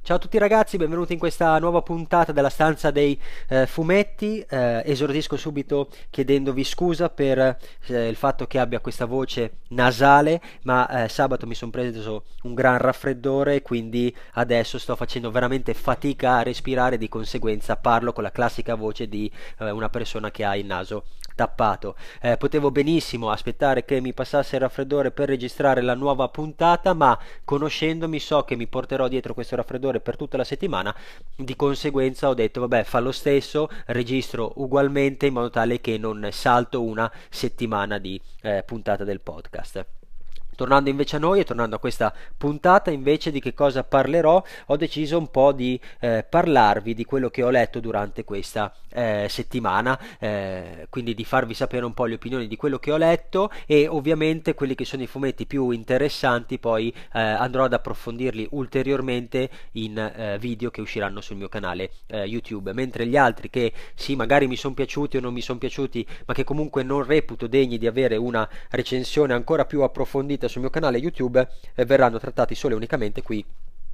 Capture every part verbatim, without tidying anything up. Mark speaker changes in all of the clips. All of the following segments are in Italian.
Speaker 1: Ciao a tutti ragazzi, benvenuti in questa nuova puntata della stanza dei eh, fumetti. Eh, esordisco subito chiedendovi scusa per eh, il fatto che abbia questa voce nasale, ma eh, sabato mi sono preso un gran raffreddore e quindi adesso sto facendo veramente fatica a respirare, di conseguenza parlo con la classica voce di eh, una persona che ha il naso tappato. Eh, potevo benissimo aspettare che mi passasse il raffreddore per registrare la nuova puntata, ma conoscendomi so che mi porterò dietro questo raffreddore per tutta la settimana, di conseguenza ho detto vabbè, fa lo stesso, registro ugualmente in modo tale che non salto una settimana di eh, puntata del podcast. Tornando invece a noi e tornando a questa puntata, invece di che cosa parlerò, ho deciso un po' di eh, parlarvi di quello che ho letto durante questa eh, settimana, eh, quindi di farvi sapere un po' le opinioni di quello che ho letto e ovviamente quelli che sono i fumetti più interessanti poi eh, andrò ad approfondirli ulteriormente in eh, video che usciranno sul mio canale eh, YouTube, mentre gli altri che sì magari mi sono piaciuti o non mi sono piaciuti, ma che comunque non reputo degni di avere una recensione ancora più approfondita sul mio canale YouTube, eh, verranno trattati solo e unicamente qui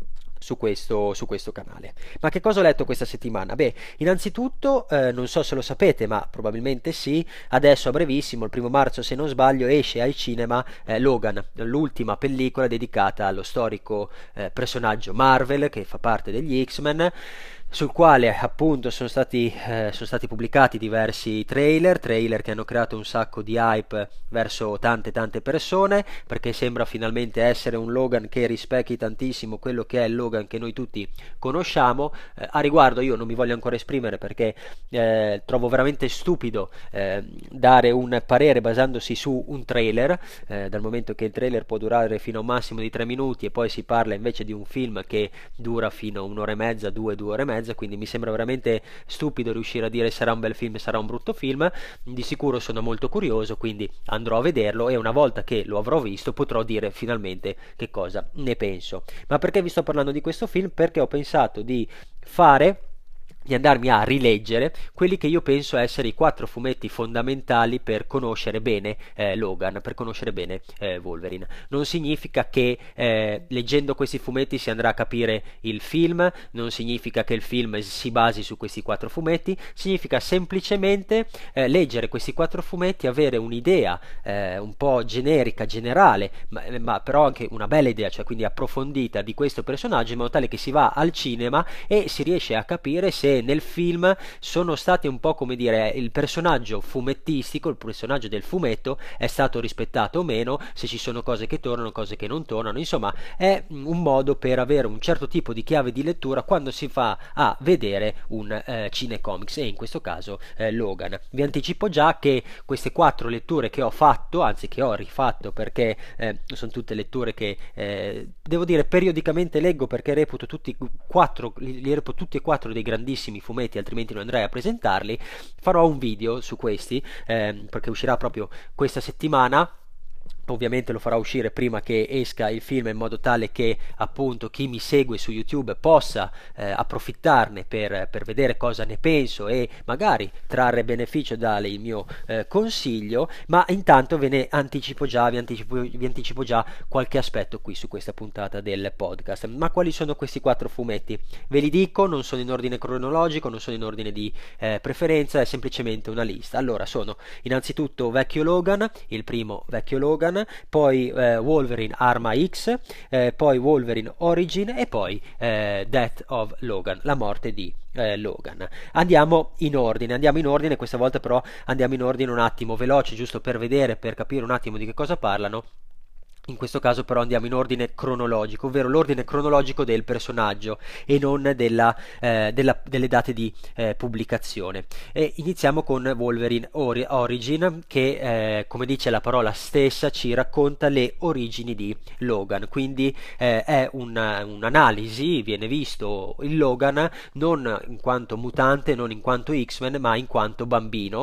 Speaker 1: su questo, su questo canale. Ma che cosa ho letto questa settimana? Beh, innanzitutto, eh, non so se lo sapete, ma probabilmente sì, adesso a brevissimo, il primo marzo se non sbaglio, esce al cinema eh, Logan, l'ultima pellicola dedicata allo storico eh, personaggio Marvel che fa parte degli X-Men, sul quale appunto sono stati, eh, sono stati pubblicati diversi trailer, trailer che hanno creato un sacco di hype verso tante tante persone, perché sembra finalmente essere un Logan che rispecchi tantissimo quello che è il Logan che noi tutti conosciamo. Eh, a riguardo io non mi voglio ancora esprimere perché eh, trovo veramente stupido eh, dare un parere basandosi su un trailer, eh, dal momento che il trailer può durare fino a un massimo di tre minuti e poi si parla invece di un film che dura fino a un'ora e mezza, due, due ore e mezza, quindi mi sembra veramente stupido riuscire a dire sarà un bel film, sarà un brutto film. Di sicuro sono molto curioso, quindi andrò a vederlo e una volta che lo avrò visto potrò dire finalmente che cosa ne penso. Ma perché vi sto parlando di questo film? Perché ho pensato di fare di andarmi a rileggere quelli che io penso essere i quattro fumetti fondamentali per conoscere bene eh, Logan, per conoscere bene eh, Wolverine. Non significa che eh, leggendo questi fumetti si andrà a capire il film, non significa che il film si basi su questi quattro fumetti, significa semplicemente eh, leggere questi quattro fumetti, avere un'idea eh, un po' generica, generale, ma, ma però anche una bella idea, cioè quindi approfondita di questo personaggio, in modo tale che si va al cinema e si riesce a capire se nel film sono stati un po' come dire il personaggio fumettistico, il personaggio del fumetto è stato rispettato o meno, se ci sono cose che tornano, cose che non tornano. Insomma, è un modo per avere un certo tipo di chiave di lettura quando si va a vedere un eh, cinecomics, e in questo caso eh, Logan. Vi anticipo già che queste quattro letture che ho fatto, anzi che ho rifatto perché eh, sono tutte letture che eh, devo dire periodicamente leggo, perché reputo tutti quattro li, li reputo tutti e quattro dei grandissimi fumetti, altrimenti non andrei a presentarli. Farò un video su questi ehm, perché uscirà proprio questa settimana. Ovviamente lo farà uscire prima che esca il film, in modo tale che appunto chi mi segue su YouTube possa eh, approfittarne per, per vedere cosa ne penso e magari trarre beneficio dal mio eh, consiglio. Ma intanto ve ne anticipo già, vi anticipo, vi anticipo già qualche aspetto qui su questa puntata del podcast. Ma quali sono questi quattro fumetti? Ve li dico, non sono in ordine cronologico, non sono in ordine di eh, preferenza, è semplicemente una lista. Allora, sono innanzitutto Vecchio Logan, il primo Vecchio Logan, poi eh, Wolverine Arma X, eh, poi Wolverine Origin e poi eh, Death of Logan, la morte di eh, Logan. Andiamo in ordine, andiamo in ordine, questa volta però andiamo in ordine un attimo veloce, giusto per vedere, per capire un attimo di che cosa parlano. In questo caso però andiamo in ordine cronologico, ovvero l'ordine cronologico del personaggio e non della, eh, della, delle date di eh, pubblicazione. E iniziamo con Wolverine Ori- Origin, che eh, come dice la parola stessa ci racconta le origini di Logan, quindi eh, è una, un'analisi, viene visto il Logan non in quanto mutante, non in quanto X-Men, ma in quanto bambino,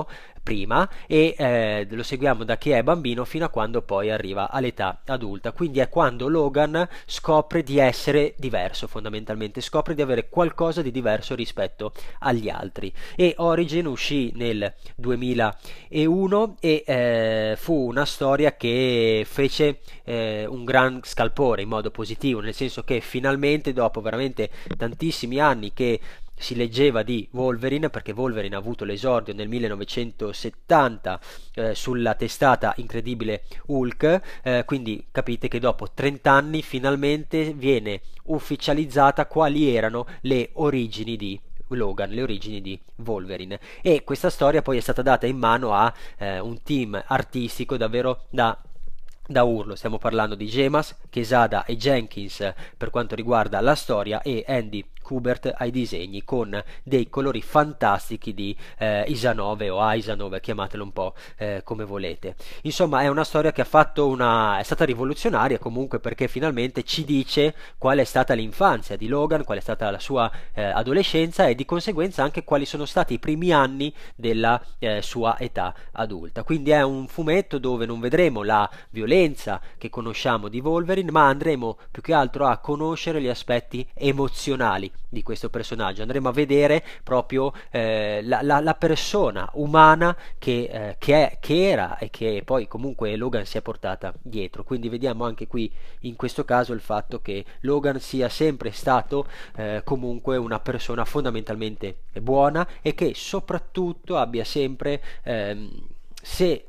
Speaker 1: prima e eh, lo seguiamo da che è bambino fino a quando poi arriva all'età adulta, quindi è quando Logan scopre di essere diverso, fondamentalmente scopre di avere qualcosa di diverso rispetto agli altri. E Origin uscì nel duemilauno e eh, fu una storia che fece eh, un gran scalpore in modo positivo, nel senso che finalmente, dopo veramente tantissimi anni che si leggeva di Wolverine, perché Wolverine ha avuto l'esordio nel millenovecentosettanta eh, sulla testata Incredibile Hulk, eh, quindi capite che dopo trenta anni finalmente viene ufficializzata quali erano le origini di Logan, le origini di Wolverine, e questa storia poi è stata data in mano a eh, un team artistico davvero da da urlo. Stiamo parlando di Gemas, Quesada e Jenkins per quanto riguarda la storia e Andy Kubert ai disegni, con dei colori fantastici di eh, Isanove o Isanove, chiamatelo un po' eh, come volete. Insomma, è una storia che ha fatto una... è stata rivoluzionaria comunque, perché finalmente ci dice qual è stata l'infanzia di Logan, qual è stata la sua eh, adolescenza e di conseguenza anche quali sono stati i primi anni della eh, sua età adulta. Quindi è un fumetto dove non vedremo la violenza che conosciamo di Wolverine, ma andremo più che altro a conoscere gli aspetti emozionali di questo personaggio. Andremo a vedere proprio eh, la, la, la persona umana che, eh, che, è, che era e che poi comunque Logan si è portata dietro. Quindi vediamo anche qui in questo caso il fatto che Logan sia sempre stato eh, comunque una persona fondamentalmente buona e che soprattutto abbia sempre ehm, se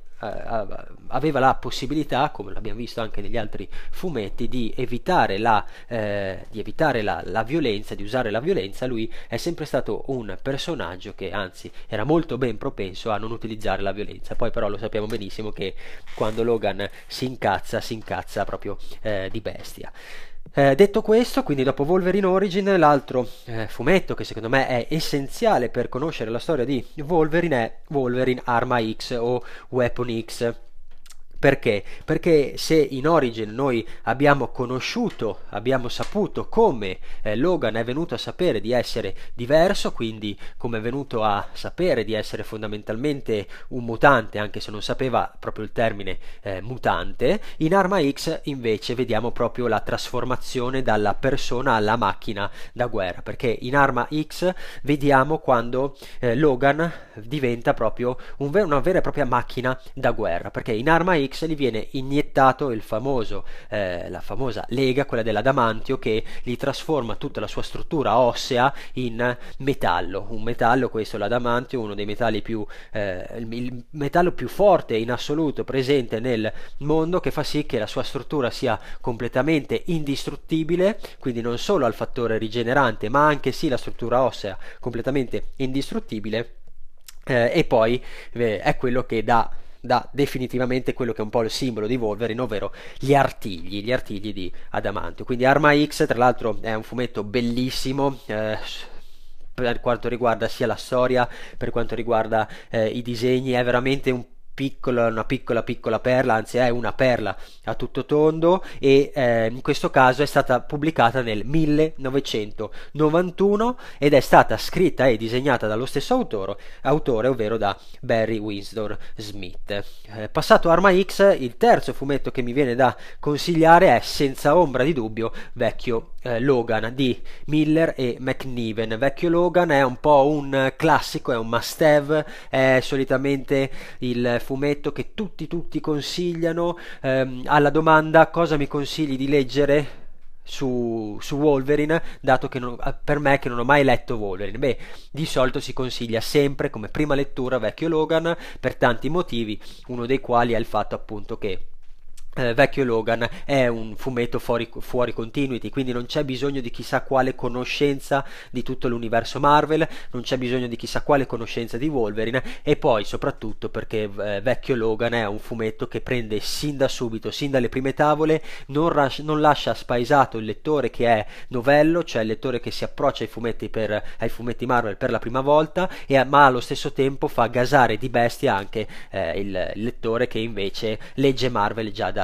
Speaker 1: aveva la possibilità, come l'abbiamo visto anche negli altri fumetti, di evitare la, eh, di evitare la, la violenza, di usare la violenza. Lui è sempre stato un personaggio che anzi era molto ben propenso a non utilizzare la violenza. Poi però lo sappiamo benissimo che quando Logan si incazza, si incazza proprio eh, di bestia. Eh, detto questo, quindi dopo Wolverine Origin, l'altro eh, fumetto che secondo me è essenziale per conoscere la storia di Wolverine è Wolverine Arma X o Weapon X. Perché? Perché se in Origin noi abbiamo conosciuto, abbiamo saputo come eh, Logan è venuto a sapere di essere diverso, quindi come è venuto a sapere di essere fondamentalmente un mutante, anche se non sapeva proprio il termine eh, mutante, in Arma X invece vediamo proprio la trasformazione dalla persona alla macchina da guerra, perché in Arma X vediamo quando eh, Logan diventa proprio un ver- una vera e propria macchina da guerra, perché in Arma X gli viene iniettato il famoso, eh, la famosa lega, quella dell'adamantio, che gli trasforma tutta la sua struttura ossea in metallo. Un metallo, questo l'adamantio, uno dei metalli più, eh, il, il metallo più forte in assoluto presente nel mondo, che fa sì che la sua struttura sia completamente indistruttibile, quindi non solo ha il fattore rigenerante, ma anche sì la struttura ossea completamente indistruttibile, eh, e poi eh, è quello che dà da definitivamente quello che è un po' il simbolo di Wolverine, ovvero gli artigli, gli artigli di adamantio. Quindi Arma X, tra l'altro, è un fumetto bellissimo, eh, per quanto riguarda sia la storia, per quanto riguarda eh, i disegni, è veramente un piccola, una piccola piccola perla, anzi è una perla a tutto tondo, e eh, in questo caso è stata pubblicata nel millenovecentonovantuno ed è stata scritta e disegnata dallo stesso autore, autore ovvero da Barry Windsor Smith. Eh, passato Arma X, il terzo fumetto che mi viene da consigliare è senza ombra di dubbio Vecchio eh, Logan di Miller e McNiven. Vecchio Logan è un po' un classico, è un must have, è solitamente il fumetto che tutti tutti consigliano. Ehm, alla domanda cosa mi consigli di leggere su, su Wolverine, dato che non, per me che non ho mai letto Wolverine, beh, di solito si consiglia sempre come prima lettura Vecchio Logan per tanti motivi, uno dei quali è il fatto appunto che Eh, Vecchio Logan è un fumetto fuori, fuori continuity, quindi non c'è bisogno di chissà quale conoscenza di tutto l'universo Marvel, non c'è bisogno di chissà quale conoscenza di Wolverine, e poi soprattutto perché eh, Vecchio Logan è un fumetto che prende sin da subito, sin dalle prime tavole, non, ras- non lascia spaesato il lettore che è novello, cioè il lettore che si approccia ai fumetti, per, ai fumetti Marvel per la prima volta, e, ma allo stesso tempo fa gasare di bestia anche eh, il, il lettore che invece legge Marvel già da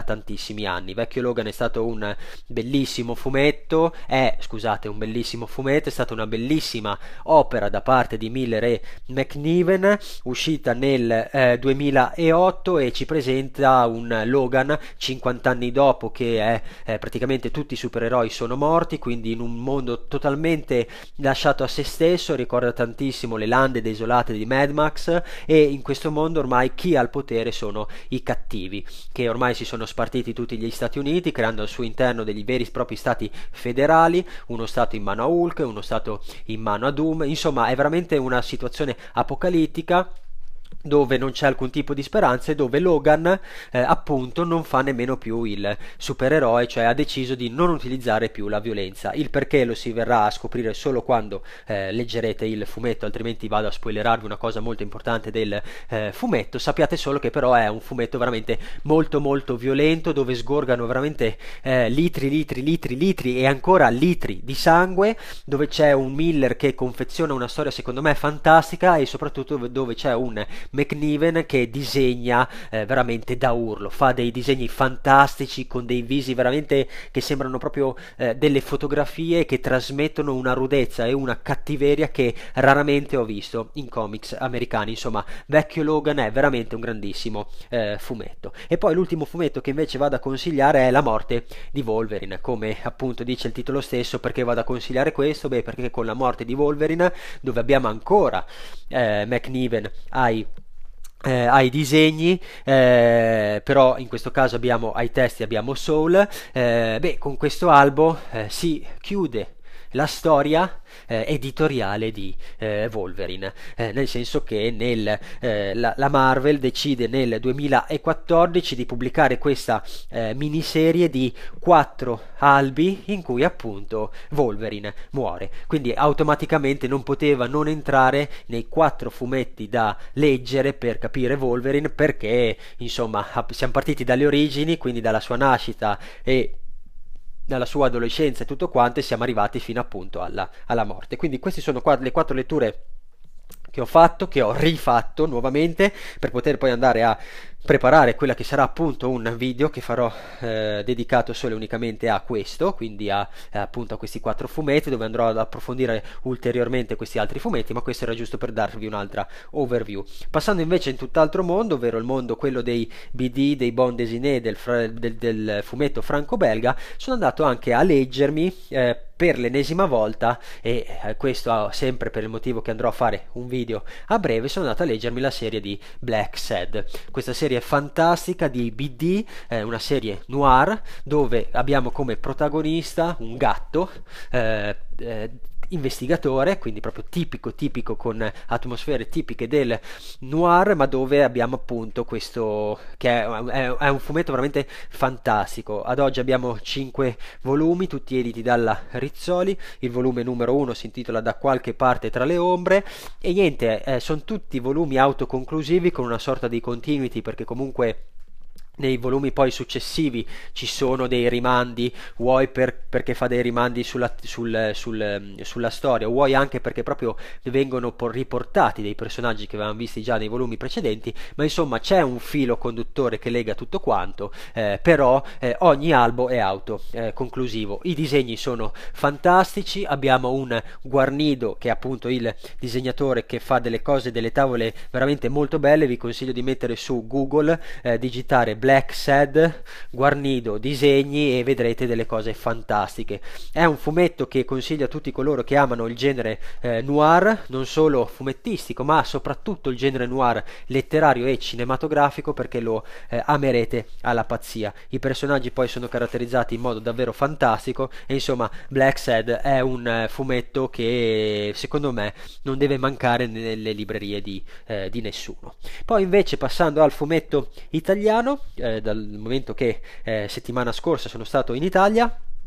Speaker 1: da tantissimi anni. Vecchio Logan è stato un bellissimo fumetto, è, scusate, un bellissimo fumetto, è stata una bellissima opera da parte di Miller e McNiven, uscita nel eh, duemilaotto, e ci presenta un Logan cinquanta anni dopo che è eh, praticamente tutti i supereroi sono morti, quindi in un mondo totalmente lasciato a se stesso. Ricorda tantissimo le lande desolate di Mad Max, e in questo mondo ormai chi ha il potere sono i cattivi, che ormai si sono spartiti tutti gli Stati Uniti, creando al suo interno degli veri e propri stati federali, uno stato in mano a Hulk, uno stato in mano a Doom. Insomma, è veramente una situazione apocalittica dove non c'è alcun tipo di speranza, e dove Logan eh, appunto non fa nemmeno più il supereroe, cioè ha deciso di non utilizzare più la violenza. Il perché lo si verrà a scoprire solo quando eh, leggerete il fumetto, altrimenti vado a spoilerarvi una cosa molto importante del eh, fumetto. Sappiate solo che però è un fumetto veramente molto molto violento, dove sgorgano veramente eh, litri, litri, litri, litri e ancora litri di sangue, dove c'è un Miller che confeziona una storia secondo me fantastica, e soprattutto dove c'è un McNiven che disegna eh, veramente da urlo, fa dei disegni fantastici con dei visi veramente che sembrano proprio eh, delle fotografie che trasmettono una rudezza e una cattiveria che raramente ho visto in comics americani. Insomma, Vecchio Logan è veramente un grandissimo eh, fumetto. E poi l'ultimo fumetto che invece vado a consigliare è La morte di Wolverine, come appunto dice il titolo stesso. Perché vado a consigliare questo? Beh, perché con La morte di Wolverine, dove abbiamo ancora eh, McNiven ai Eh, ai disegni, eh, però in questo caso abbiamo ai testi abbiamo Soul, eh, beh, con questo albo eh, si chiude la storia eh, editoriale di eh, Wolverine, eh, nel senso che nel, eh, la, la Marvel decide nel duemilaquattordici di pubblicare questa eh, miniserie di quattro albi in cui appunto Wolverine muore, quindi automaticamente non poteva non entrare nei quattro fumetti da leggere per capire Wolverine, perché insomma siamo partiti dalle origini, quindi dalla sua nascita e dalla sua adolescenza e tutto quanto, e siamo arrivati fino appunto alla, alla morte. Quindi queste sono qua le quattro letture che ho fatto, che ho rifatto nuovamente, per poter poi andare a preparare quella che sarà appunto un video che farò eh, dedicato solo e unicamente a questo, quindi a, eh, appunto a questi quattro fumetti, dove andrò ad approfondire ulteriormente questi altri fumetti, ma questo era giusto per darvi un'altra overview. Passando invece in tutt'altro mondo, ovvero il mondo quello dei B D, dei bande dessinée, del, del, del fumetto franco-belga, sono andato anche a leggermi eh, per l'ennesima volta, e eh, questo sempre per il motivo che andrò a fare un video a breve, sono andato a leggermi la serie di Black Sad. Questa serie è fantastica di B D, eh, una serie noir dove abbiamo come protagonista un gatto eh, eh, investigatore, quindi proprio tipico tipico con atmosfere tipiche del noir, ma dove abbiamo appunto questo che è, è, è un fumetto veramente fantastico. Ad oggi abbiamo cinque volumi, tutti editi dalla Rizzoli. Il volume numero uno si intitola Da qualche parte tra le ombre, e niente, eh, sono tutti volumi autoconclusivi con una sorta di continuity, perché comunque nei volumi poi successivi ci sono dei rimandi, vuoi per, perché fa dei rimandi sulla, sul, sul, sulla storia, vuoi anche perché proprio vengono riportati dei personaggi che avevamo visti già nei volumi precedenti, ma insomma c'è un filo conduttore che lega tutto quanto, eh, però eh, ogni albo è autoconclusivo. Eh, I disegni sono fantastici, abbiamo un Guarnido che è appunto il disegnatore che fa delle cose, delle tavole veramente molto belle. Vi consiglio di mettere su Google, eh, digitare Black Sad Guarnido disegni e vedrete delle cose fantastiche. È un fumetto che consiglio a tutti coloro che amano il genere eh, noir, non solo fumettistico ma soprattutto il genere noir letterario e cinematografico, perché lo eh, amerete alla pazzia. I personaggi poi sono caratterizzati in modo davvero fantastico, e insomma Black Sad è un eh, fumetto che secondo me non deve mancare nelle librerie di, eh, di nessuno. Poi invece, passando al fumetto italiano, Eh, dal momento che eh, settimana scorsa sono stato in Italia,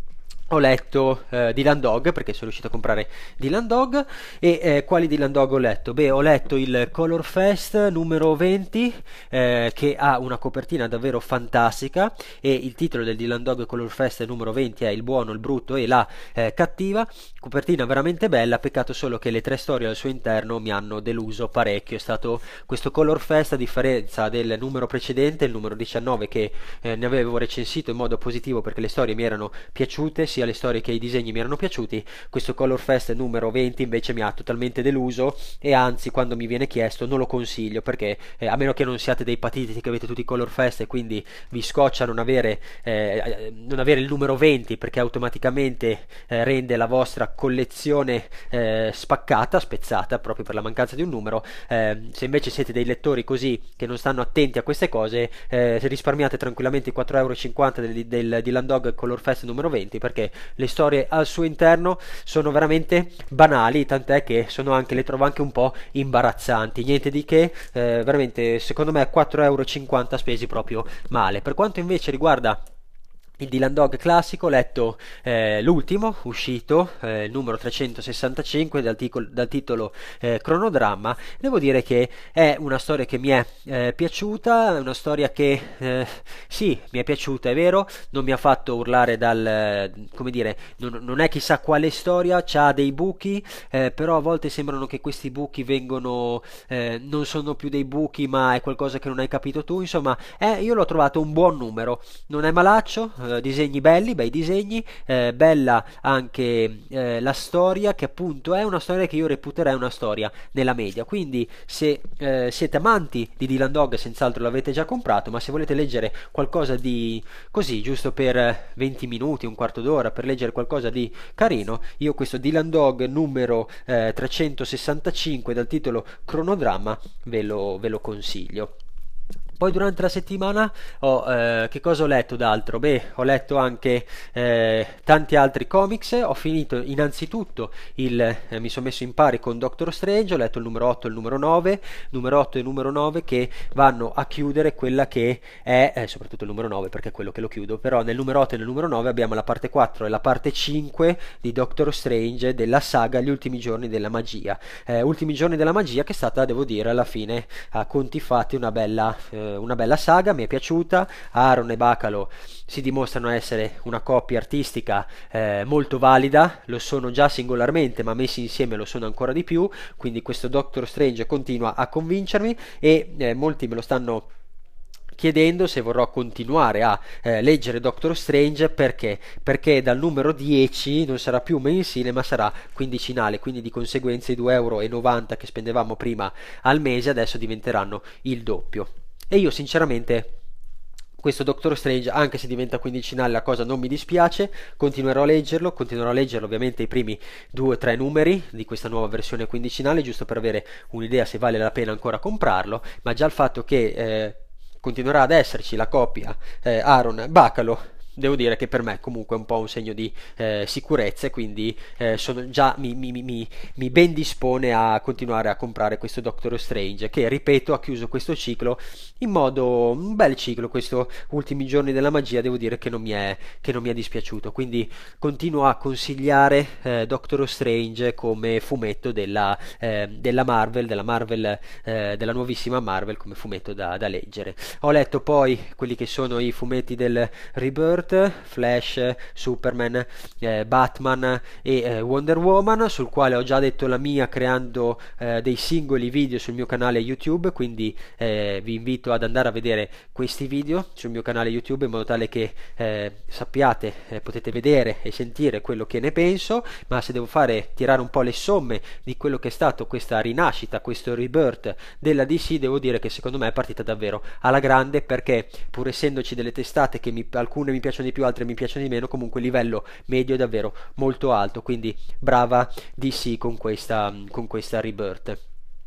Speaker 1: ho letto eh, Dylan Dog perché sono riuscito a comprare Dylan Dog. E eh, quali Dylan Dog ho letto? Beh, ho letto il Color Fest numero venti, eh, che ha una copertina davvero fantastica, e il titolo del Dylan Dog Color Fest numero venti è Il buono, il brutto e la eh, cattiva. Copertina veramente bella, peccato solo che le tre storie al suo interno mi hanno deluso parecchio. È stato questo Color Fest, a differenza del numero precedente, il numero diciannove, che eh, ne avevo recensito in modo positivo perché le storie mi erano piaciute, sia le storie che i disegni mi erano piaciuti. Questo Color Fest numero venti invece mi ha totalmente deluso, e anzi, quando mi viene chiesto non lo consiglio perché eh, a meno che non siate dei patitici che avete tutti i Color Fest e quindi vi scoccia non avere, eh, non avere il numero venti, perché automaticamente eh, rende la vostra collezione eh, spaccata, spezzata proprio per la mancanza di un numero. Eh, se invece siete dei lettori così che non stanno attenti a queste cose, eh, risparmiate tranquillamente i quattro euro e cinquanta del, del Dylan Dog Color Fest numero venti, perché le storie al suo interno sono veramente banali, tant'è che sono anche, le trovo anche un po' imbarazzanti, niente di che, eh, veramente secondo me quattro euro e cinquanta spesi proprio male. Per quanto invece riguarda il Dylan Dog classico, ho letto eh, l'ultimo uscito, eh, il numero trecentosessantacinque, dal, ticolo- dal titolo eh, Cronodramma. Devo dire che è una storia che mi è eh, piaciuta, è una storia che eh, sì, mi è piaciuta, è vero, non mi ha fatto urlare dal, eh, come dire, non, non è chissà quale storia, c'ha dei buchi, eh, però a volte sembrano che questi buchi vengono, eh, non sono più dei buchi ma è qualcosa che non hai capito tu, insomma, eh, io l'ho trovato un buon numero, non è malaccio, eh, disegni belli, bei disegni, eh, bella anche eh, la storia, che appunto è una storia che io reputerei una storia nella media, quindi se eh, siete amanti di Dylan Dog senz'altro l'avete già comprato, ma se volete leggere qualcosa di così, giusto per venti minuti, un quarto d'ora, per leggere qualcosa di carino, io questo Dylan Dog numero eh, trecentosessantacinque dal titolo Cronodramma ve lo, ve lo consiglio. Poi durante la settimana ho, eh, che cosa ho letto d'altro? Beh, ho letto anche eh, tanti altri comics, ho finito innanzitutto il, eh, mi sono messo in pari con Doctor Strange, ho letto il numero otto e il numero nove, numero otto e il numero nove che vanno a chiudere quella che è, eh, soprattutto il numero nove perché è quello che lo chiudo, però nel numero otto e nel numero nove abbiamo la parte quattro e la parte cinque di Doctor Strange della saga Gli ultimi giorni della magia. Eh, ultimi giorni della magia che è stata, devo dire, alla fine a conti fatti una bella... Eh, una bella saga, mi è piaciuta. Aaron e Bacalo si dimostrano essere una coppia artistica eh, molto valida, lo sono già singolarmente ma messi insieme lo sono ancora di più, quindi questo Doctor Strange continua a convincermi, e eh, molti me lo stanno chiedendo se vorrò continuare a eh, leggere Doctor Strange, perché? Perché dal numero dieci non sarà più mensile ma sarà quindicinale, quindi di conseguenza i due euro e novanta che spendevamo prima al mese adesso diventeranno il doppio. E io sinceramente questo Doctor Strange, anche se diventa quindicinale, la cosa non mi dispiace, continuerò a leggerlo, continuerò a leggere ovviamente i primi due o tre numeri di questa nuova versione quindicinale, giusto per avere un'idea se vale la pena ancora comprarlo, ma già il fatto che eh, continuerà ad esserci la coppia eh, Aaron-Bacalo, devo dire che per me comunque è un po' un segno di eh, sicurezza, e quindi eh, sono già mi, mi, mi, mi ben dispone a continuare a comprare questo Doctor Strange, che ripeto ha chiuso questo ciclo in modo un bel ciclo, questo ultimi giorni della magia, devo dire che non mi è, che non mi è dispiaciuto, quindi continuo a consigliare eh, Doctor Strange come fumetto della, eh, della Marvel, della Marvel eh, della nuovissima Marvel, come fumetto da, da leggere. Ho letto poi quelli che sono i fumetti del Rebirth, Flash, Superman, eh, Batman e eh, Wonder Woman, sul quale ho già detto la mia creando eh, dei singoli video sul mio canale YouTube, quindi eh, vi invito ad andare a vedere questi video sul mio canale YouTube in modo tale che eh, sappiate, eh, potete vedere e sentire quello che ne penso, ma se devo fare tirare un po' le somme di quello che è stato questa rinascita, questo rebirth della D C, devo dire che secondo me è partita davvero alla grande, perché pur essendoci delle testate che mi, alcune mi piacciono di più, altre mi piacciono di meno, comunque il livello medio è davvero molto alto, quindi brava D C con questa, con questa rebirth.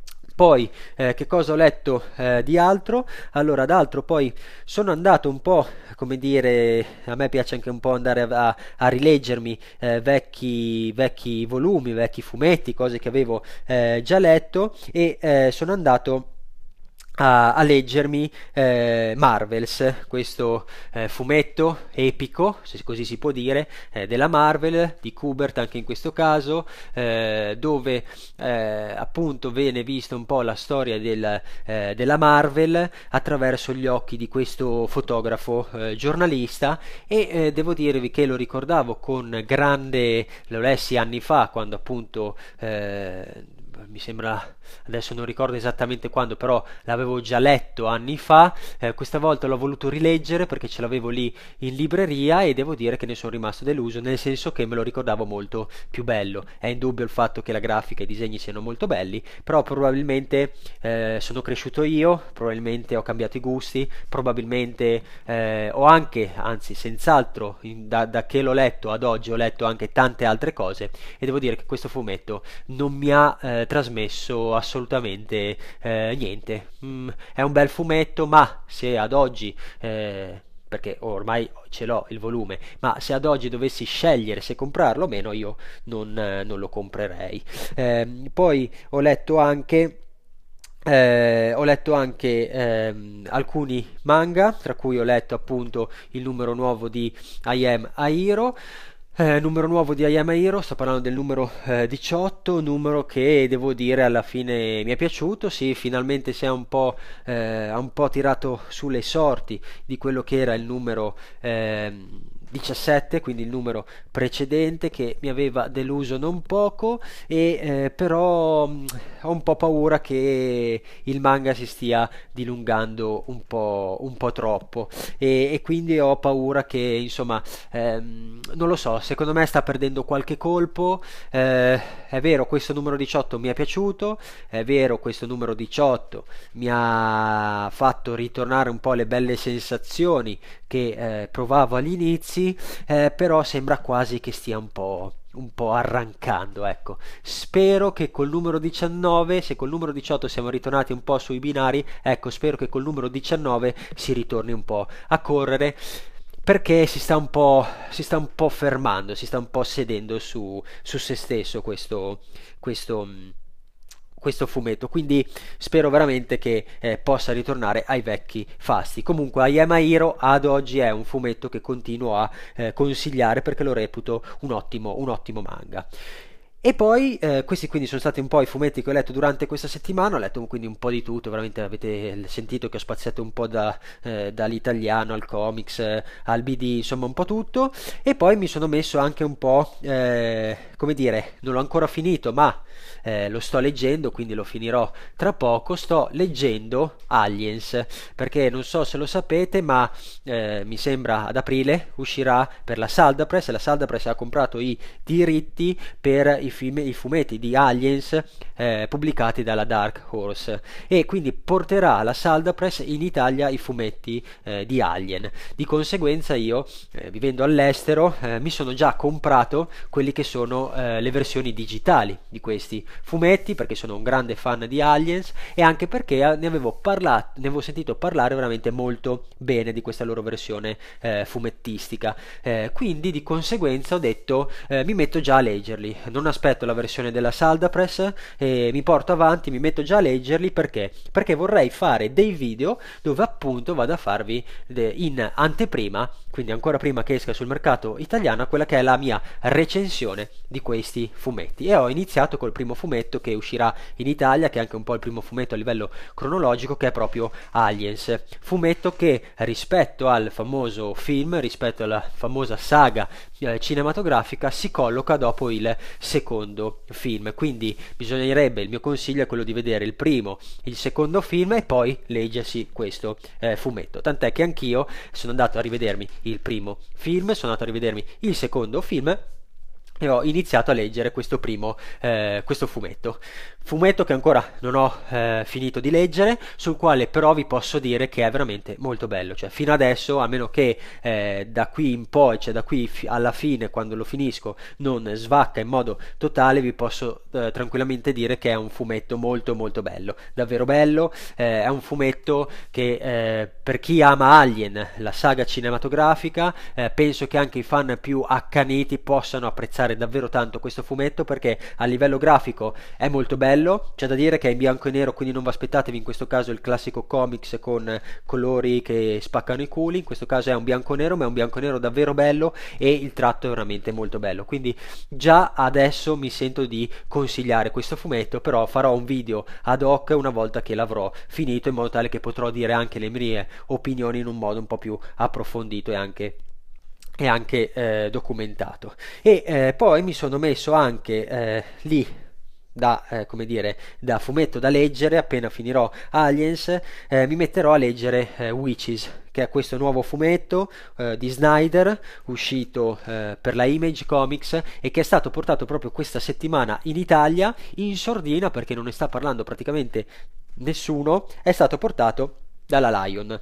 Speaker 1: Poi, eh, che cosa ho letto eh, di altro? Allora, d'altro poi sono andato un po', come dire, a me piace anche un po' andare a, a rileggermi eh, vecchi, vecchi volumi, vecchi fumetti, cose che avevo eh, già letto, e eh, sono andato a, a leggermi eh, Marvels, questo eh, fumetto epico, se così si può dire, eh, della Marvel, di Kubert anche in questo caso, eh, dove eh, appunto viene vista un po' la storia del, eh, della Marvel attraverso gli occhi di questo fotografo eh, giornalista e eh, devo dirvi che lo ricordavo con grande, lo lessi anni fa quando appunto eh, mi sembra, adesso non ricordo esattamente quando, però l'avevo già letto anni fa, eh, questa volta l'ho voluto rileggere perché ce l'avevo lì in libreria e devo dire che ne sono rimasto deluso, nel senso che me lo ricordavo molto più bello. È indubbio il fatto che la grafica e i disegni siano molto belli, però probabilmente eh, sono cresciuto io, probabilmente ho cambiato i gusti, probabilmente eh, ho anche, anzi senz'altro, in- da, da che l'ho letto ad oggi ho letto anche tante altre cose e devo dire che questo fumetto non mi ha eh, trasmesso assolutamente eh, niente. Mm, è un bel fumetto, ma se ad oggi, eh, perché ormai ce l'ho il volume, ma se ad oggi dovessi scegliere se comprarlo o meno, io non, eh, non lo comprerei. Ehm, poi ho letto anche. Eh, ho letto anche ehm, alcuni manga, tra cui ho letto appunto il numero nuovo di I Am a Hero. Eh, numero nuovo di I Am a Hero, sto parlando del numero eh, diciotto, numero che devo dire alla fine mi è piaciuto, sì, finalmente si è un po', eh, ha un po' tirato sulle sorti di quello che era il numero ehm, diciassette, quindi il numero precedente che mi aveva deluso non poco e eh, però mh, ho un po' paura che il manga si stia dilungando un po', un po' troppo e, e quindi ho paura che insomma ehm, non lo so, secondo me sta perdendo qualche colpo. Eh, è vero, questo numero diciotto mi è piaciuto, è vero, questo numero diciotto mi ha fatto ritornare un po' le belle sensazioni che eh, provavo agli inizi, eh, però sembra quasi che stia un po' un po' arrancando, ecco. Spero che col numero diciannove, se col numero diciotto siamo ritornati un po' sui binari, ecco, spero che col numero diciannove si ritorni un po' a correre perché si sta un po', si sta un po' fermando, si sta un po' sedendo su, su se stesso questo, questo, mh, questo fumetto, quindi spero veramente che eh, possa ritornare ai vecchi fasti. Comunque I Am a Hero ad oggi è un fumetto che continuo a eh, consigliare perché lo reputo un ottimo, un ottimo manga. E poi eh, questi quindi sono stati un po' i fumetti che ho letto durante questa settimana, ho letto quindi un po' di tutto, veramente avete sentito che ho spaziato un po' da, eh, dall'italiano al comics, eh, al B D, insomma un po' tutto, e poi mi sono messo anche un po', eh, come dire, non l'ho ancora finito, ma eh, lo sto leggendo, quindi lo finirò tra poco, sto leggendo Aliens, perché non so se lo sapete, ma eh, mi sembra ad aprile uscirà per la Saldapress, la Saldapress ha comprato i diritti per i, film, i fumetti di Aliens eh, pubblicati dalla Dark Horse e quindi porterà la Saldapress in Italia i fumetti eh, di Alien. Di conseguenza io, eh, vivendo all'estero, eh, mi sono già comprato quelli che sono eh, le versioni digitali di questi fumetti perché sono un grande fan di Aliens e anche perché ne avevo parlato, ne avevo sentito parlare veramente molto bene di questa loro versione eh, fumettistica. Eh, quindi di conseguenza ho detto eh, mi metto già a leggerli, non aspetto la versione della Saldapress e mi porto avanti, mi metto già a leggerli perché? Perché vorrei fare dei video dove appunto vado a farvi de- in anteprima, quindi ancora prima che esca sul mercato italiano, quella che è la mia recensione di questi fumetti. E ho iniziato col primo fumetto che uscirà in Italia, che è anche un po' il primo fumetto a livello cronologico, che è proprio Aliens. Fumetto che rispetto al famoso film, rispetto alla famosa saga eh, cinematografica, si colloca dopo il secondo film. Quindi bisognerebbe, il mio consiglio è quello di vedere il primo, il secondo film e poi leggersi questo eh, fumetto. Tant'è che anch'io sono andato a rivedermi il primo film, sono andato a rivedermi il secondo film e ho iniziato a leggere questo primo eh, questo fumetto fumetto che ancora non ho eh, finito di leggere, sul quale però vi posso dire che è veramente molto bello, cioè fino adesso, a meno che eh, da qui in poi, cioè da qui fi- alla fine quando lo finisco non svacca in modo totale, vi posso eh, tranquillamente dire che è un fumetto molto molto bello, davvero bello. Eh, è un fumetto che eh, per chi ama Alien, la saga cinematografica, eh, penso che anche i fan più accaniti possano apprezzare apprezzare davvero tanto questo fumetto, perché a livello grafico è molto bello. C'è da dire che è in bianco e nero, quindi non vi aspettatevi in questo caso il classico comics con colori che spaccano i culi. In questo caso è un bianco e nero, ma è un bianco e nero davvero bello, e il tratto è veramente molto bello, quindi già adesso mi sento di consigliare questo fumetto. Però farò un video ad hoc una volta che l'avrò finito, in modo tale che potrò dire anche le mie opinioni in un modo un po' più approfondito e anche e anche eh, documentato. E eh, poi mi sono messo anche eh, lì da, eh, come dire, da fumetto da leggere. Appena finirò Aliens, eh, mi metterò a leggere eh, Witches, che è questo nuovo fumetto eh, di Snyder, uscito eh, per la Image Comics, e che è stato portato proprio questa settimana in Italia in sordina, perché non ne sta parlando praticamente nessuno. È stato portato dalla Lion.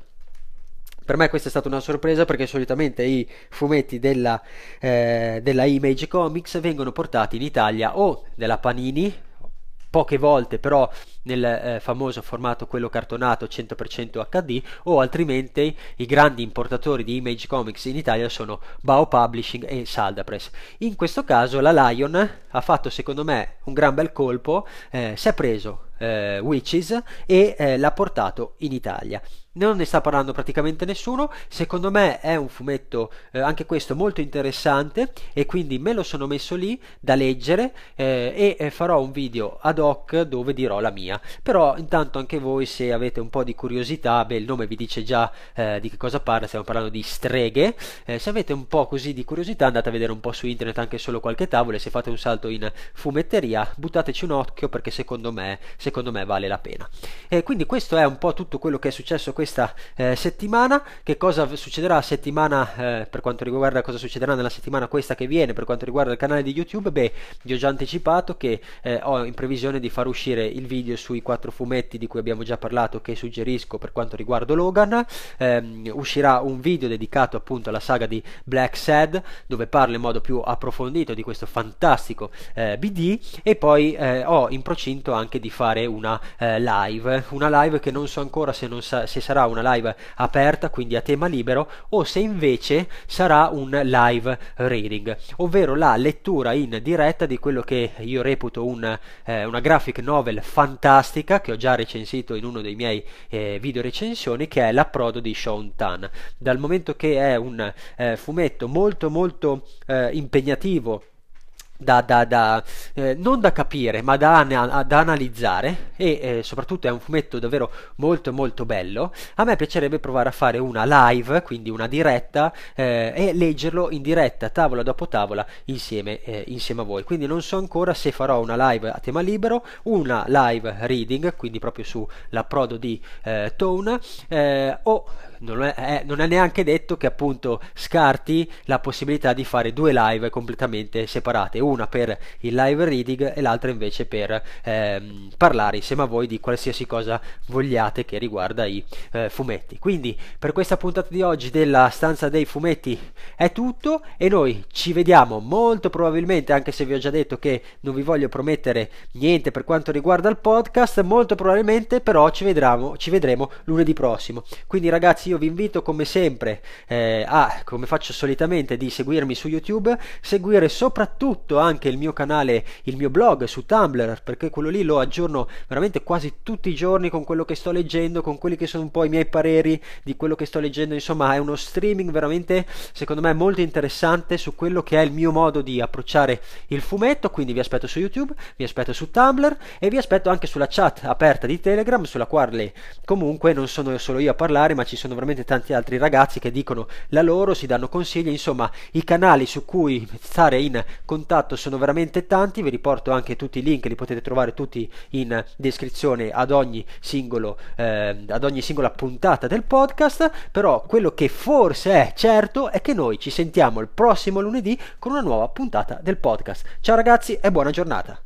Speaker 1: Per me questa è stata una sorpresa, perché solitamente i fumetti della, eh, della Image Comics vengono portati in Italia o della Panini, poche volte però nel eh, famoso formato quello cartonato cento per cento acca di, o altrimenti i grandi importatori di Image Comics in Italia sono Bao Publishing e Saldapress. In questo caso la Lion ha fatto, secondo me, un gran bel colpo, eh, si è preso eh, Witches e eh, l'ha portato in Italia. Non ne sta parlando praticamente nessuno. Secondo me è un fumetto eh, anche questo molto interessante, e quindi me lo sono messo lì da leggere, eh, e eh, farò un video ad hoc dove dirò la mia. Però intanto anche voi, se avete un po' di curiosità, beh, il nome vi dice già eh, di che cosa parla, stiamo parlando di streghe. Eh, se avete un po' così di curiosità, andate a vedere un po' su internet anche solo qualche tavola, e se fate un salto in fumetteria buttateci un occhio, perché secondo me, secondo me vale la pena. E quindi questo è un po' tutto quello che è successo questa eh, settimana. Che cosa succederà settimana eh, per quanto riguarda cosa succederà nella settimana questa che viene per quanto riguarda il canale di YouTube? Beh, vi ho già anticipato che eh, ho in previsione di far uscire il video sui quattro fumetti di cui abbiamo già parlato, che suggerisco per quanto riguarda Logan. Eh, uscirà un video dedicato appunto alla saga di Black Sad, dove parlo in modo più approfondito di questo fantastico eh, B D, e poi eh, ho in procinto anche di fare una eh, live, una live che non so ancora se, non sa- se sarà una live aperta, quindi a tema libero, o se invece sarà un live reading, ovvero la lettura in diretta di quello che io reputo un, eh, una graphic novel fantastica, che ho già recensito in uno dei miei eh, video recensioni, che è L'approdo di Sean Tan. Dal momento che è un eh, fumetto molto molto eh, impegnativo, Da, da, da, eh, non da capire, ma da, da analizzare, e eh, soprattutto è un fumetto davvero molto molto bello, a me piacerebbe provare a fare una live, quindi una diretta, eh, e leggerlo in diretta, tavola dopo tavola, insieme, eh, insieme a voi. Quindi non so ancora se farò una live a tema libero, una live reading, quindi proprio sull'approdo di eh, Tone, eh, o non è, è, non è neanche detto che appunto scarti la possibilità di fare due live completamente separate, una per il live reading e l'altra invece per ehm, parlare insieme a voi di qualsiasi cosa vogliate che riguarda i eh, fumetti. Quindi per questa puntata di oggi della stanza dei fumetti è tutto, e noi ci vediamo molto probabilmente, anche se vi ho già detto che non vi voglio promettere niente per quanto riguarda il podcast, molto probabilmente però ci vedremo, ci vedremo lunedì prossimo. Quindi ragazzi, io vi invito come sempre eh, a, come faccio solitamente, di seguirmi su YouTube, seguire soprattutto anche il mio canale, il mio blog su Tumblr, perché quello lì lo aggiorno veramente quasi tutti i giorni con quello che sto leggendo, con quelli che sono un po' i miei pareri di quello che sto leggendo. Insomma, è uno streaming veramente, secondo me, molto interessante su quello che è il mio modo di approcciare il fumetto. Quindi vi aspetto su YouTube, vi aspetto su Tumblr, e vi aspetto anche sulla chat aperta di Telegram, sulla quale comunque non sono solo io a parlare, ma ci sono veramente tanti altri ragazzi che dicono la loro, si danno consigli. Insomma, i canali su cui stare in contatto sono veramente tanti. Vi riporto anche tutti i link, li potete trovare tutti in descrizione ad ogni singolo eh, ad ogni singola puntata del podcast. Però quello che forse è certo è che noi ci sentiamo il prossimo lunedì con una nuova puntata del podcast. Ciao ragazzi e buona giornata.